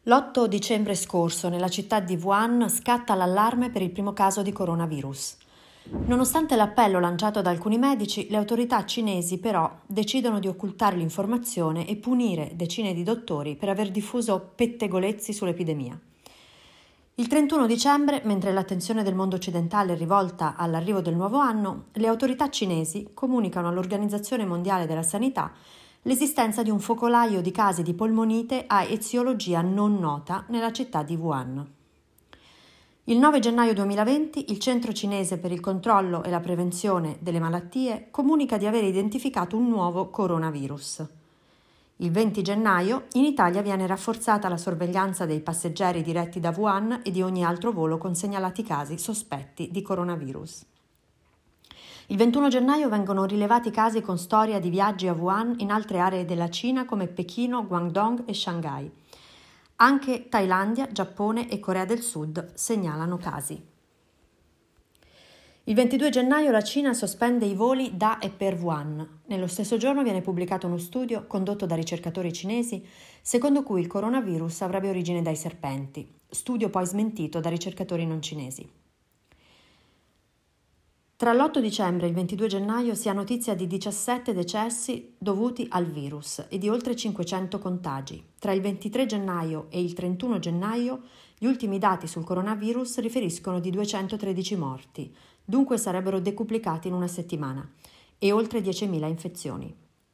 L'8 dicembre scorso nella città di Wuhan scatta l'allarme per il primo caso di coronavirus. Nonostante l'appello lanciato da alcuni medici, le autorità cinesi però decidono di occultare l'informazione e punire decine di dottori per aver diffuso pettegolezzi sull'epidemia. Il 31 dicembre, mentre l'attenzione del mondo occidentale è rivolta all'arrivo del nuovo anno, le autorità cinesi comunicano all'Organizzazione Mondiale della Sanità l'esistenza di un focolaio di casi di polmonite a eziologia non nota nella città di Wuhan. Il 9 gennaio 2020 il Centro Cinese per il controllo e la prevenzione delle malattie comunica di aver identificato un nuovo coronavirus. Il 20 gennaio in Italia viene rafforzata la sorveglianza dei passeggeri diretti da Wuhan e di ogni altro volo con segnalati casi sospetti di coronavirus. Il 21 gennaio vengono rilevati casi con storia di viaggi a Wuhan in altre aree della Cina come Pechino, Guangdong e Shanghai. Anche Thailandia, Giappone e Corea del Sud segnalano casi. Il 22 gennaio la Cina sospende i voli da e per Wuhan. Nello stesso giorno viene pubblicato uno studio condotto da ricercatori cinesi secondo cui il coronavirus avrebbe origine dai serpenti, studio poi smentito da ricercatori non cinesi. Tra l'8 dicembre e il 22 gennaio si ha notizia di 17 decessi dovuti al virus e di oltre 500 contagi. Tra il 23 gennaio e il 31 gennaio gli ultimi dati sul coronavirus riferiscono di 213 morti, dunque sarebbero decuplicati in una settimana, e oltre 10.000 infezioni.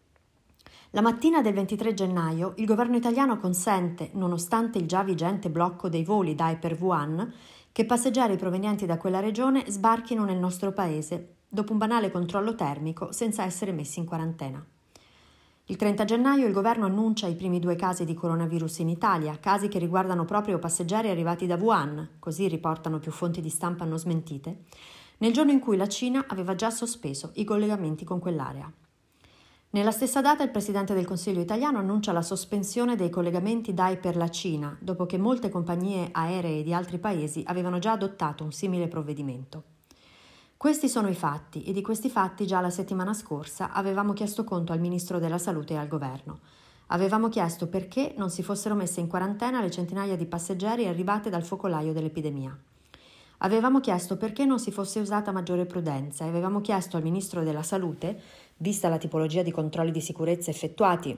La mattina del 23 gennaio il governo italiano consente, nonostante il già vigente blocco dei voli da e per Wuhan, che passeggeri provenienti da quella regione sbarchino nel nostro paese dopo un banale controllo termico senza essere messi in quarantena. Il 30 gennaio il governo annuncia i primi 2 casi di coronavirus in Italia, casi che riguardano proprio passeggeri arrivati da Wuhan, così riportano più fonti di stampa non smentite, nel giorno in cui la Cina aveva già sospeso i collegamenti con quell'area. Nella stessa data il Presidente del Consiglio italiano annuncia la sospensione dei collegamenti da e per la Cina, dopo che molte compagnie aeree di altri paesi avevano già adottato un simile provvedimento. Questi sono i fatti e di questi fatti già la settimana scorsa avevamo chiesto conto al Ministro della Salute e al Governo. Avevamo chiesto perché non si fossero messe in quarantena le centinaia di passeggeri arrivate dal focolaio dell'epidemia. Avevamo chiesto perché non si fosse usata maggiore prudenza e avevamo chiesto al Ministro della Salute, vista la tipologia di controlli di sicurezza effettuati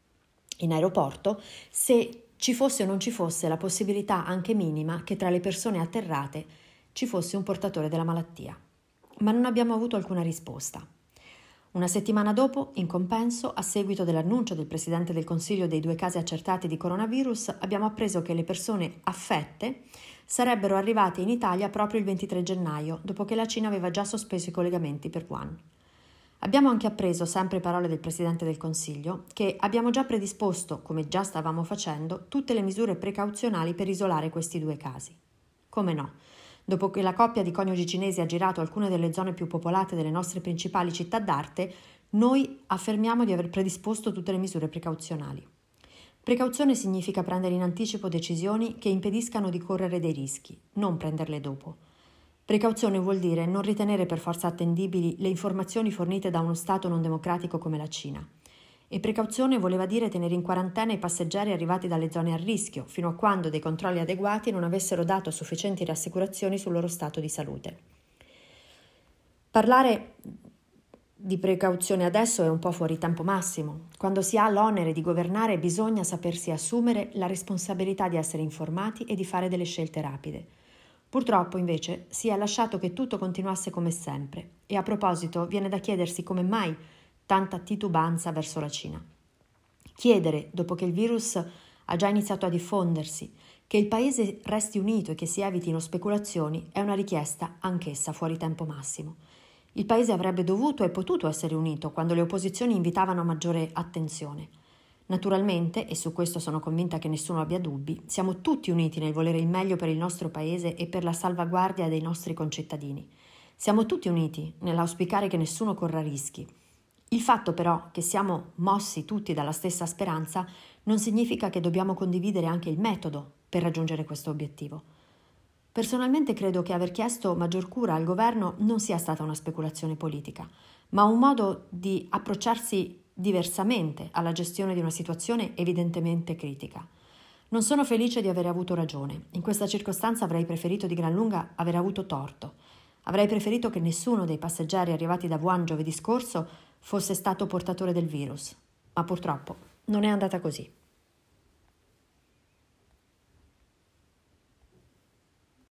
in aeroporto, se ci fosse o non ci fosse la possibilità anche minima che tra le persone atterrate ci fosse un portatore della malattia. Ma non abbiamo avuto alcuna risposta. Una settimana dopo, in compenso, a seguito dell'annuncio del Presidente del Consiglio dei 2 casi accertati di coronavirus, abbiamo appreso che le persone affette sarebbero arrivate in Italia proprio il 23 gennaio, dopo che la Cina aveva già sospeso i collegamenti per Wuhan. Abbiamo anche appreso, sempre parole del Presidente del Consiglio, che abbiamo già predisposto, come già stavamo facendo, tutte le misure precauzionali per isolare questi 2 casi. Come no? Dopo che la coppia di coniugi cinesi ha girato alcune delle zone più popolate delle nostre principali città d'arte, noi affermiamo di aver predisposto tutte le misure precauzionali. Precauzione significa prendere in anticipo decisioni che impediscano di correre dei rischi, non prenderle dopo. Precauzione vuol dire non ritenere per forza attendibili le informazioni fornite da uno Stato non democratico come la Cina. E precauzione voleva dire tenere in quarantena i passeggeri arrivati dalle zone a rischio, fino a quando dei controlli adeguati non avessero dato sufficienti rassicurazioni sul loro stato di salute. Parlare di precauzione adesso è un po' fuori tempo massimo. Quando si ha l'onere di governare bisogna sapersi assumere la responsabilità di essere informati e di fare delle scelte rapide. Purtroppo, invece, si è lasciato che tutto continuasse come sempre. E a proposito, viene da chiedersi come mai tanta titubanza verso la Cina. Chiedere, dopo che il virus ha già iniziato a diffondersi, che il paese resti unito e che si evitino speculazioni è una richiesta anch'essa fuori tempo massimo. Il paese avrebbe dovuto e potuto essere unito quando le opposizioni invitavano a maggiore attenzione. Naturalmente, e su questo sono convinta che nessuno abbia dubbi, siamo tutti uniti nel volere il meglio per il nostro paese e per la salvaguardia dei nostri concittadini. Siamo tutti uniti nell'auspicare che nessuno corra rischi. Il fatto però che siamo mossi tutti dalla stessa speranza non significa che dobbiamo condividere anche il metodo per raggiungere questo obiettivo. Personalmente credo che aver chiesto maggior cura al governo non sia stata una speculazione politica, ma un modo di approcciarsi diversamente alla gestione di una situazione evidentemente critica. Non sono felice di aver avuto ragione. In questa circostanza avrei preferito di gran lunga aver avuto torto. Avrei preferito che nessuno dei passeggeri arrivati da Wuhan giovedì scorso fosse stato portatore del virus. Ma purtroppo non è andata così.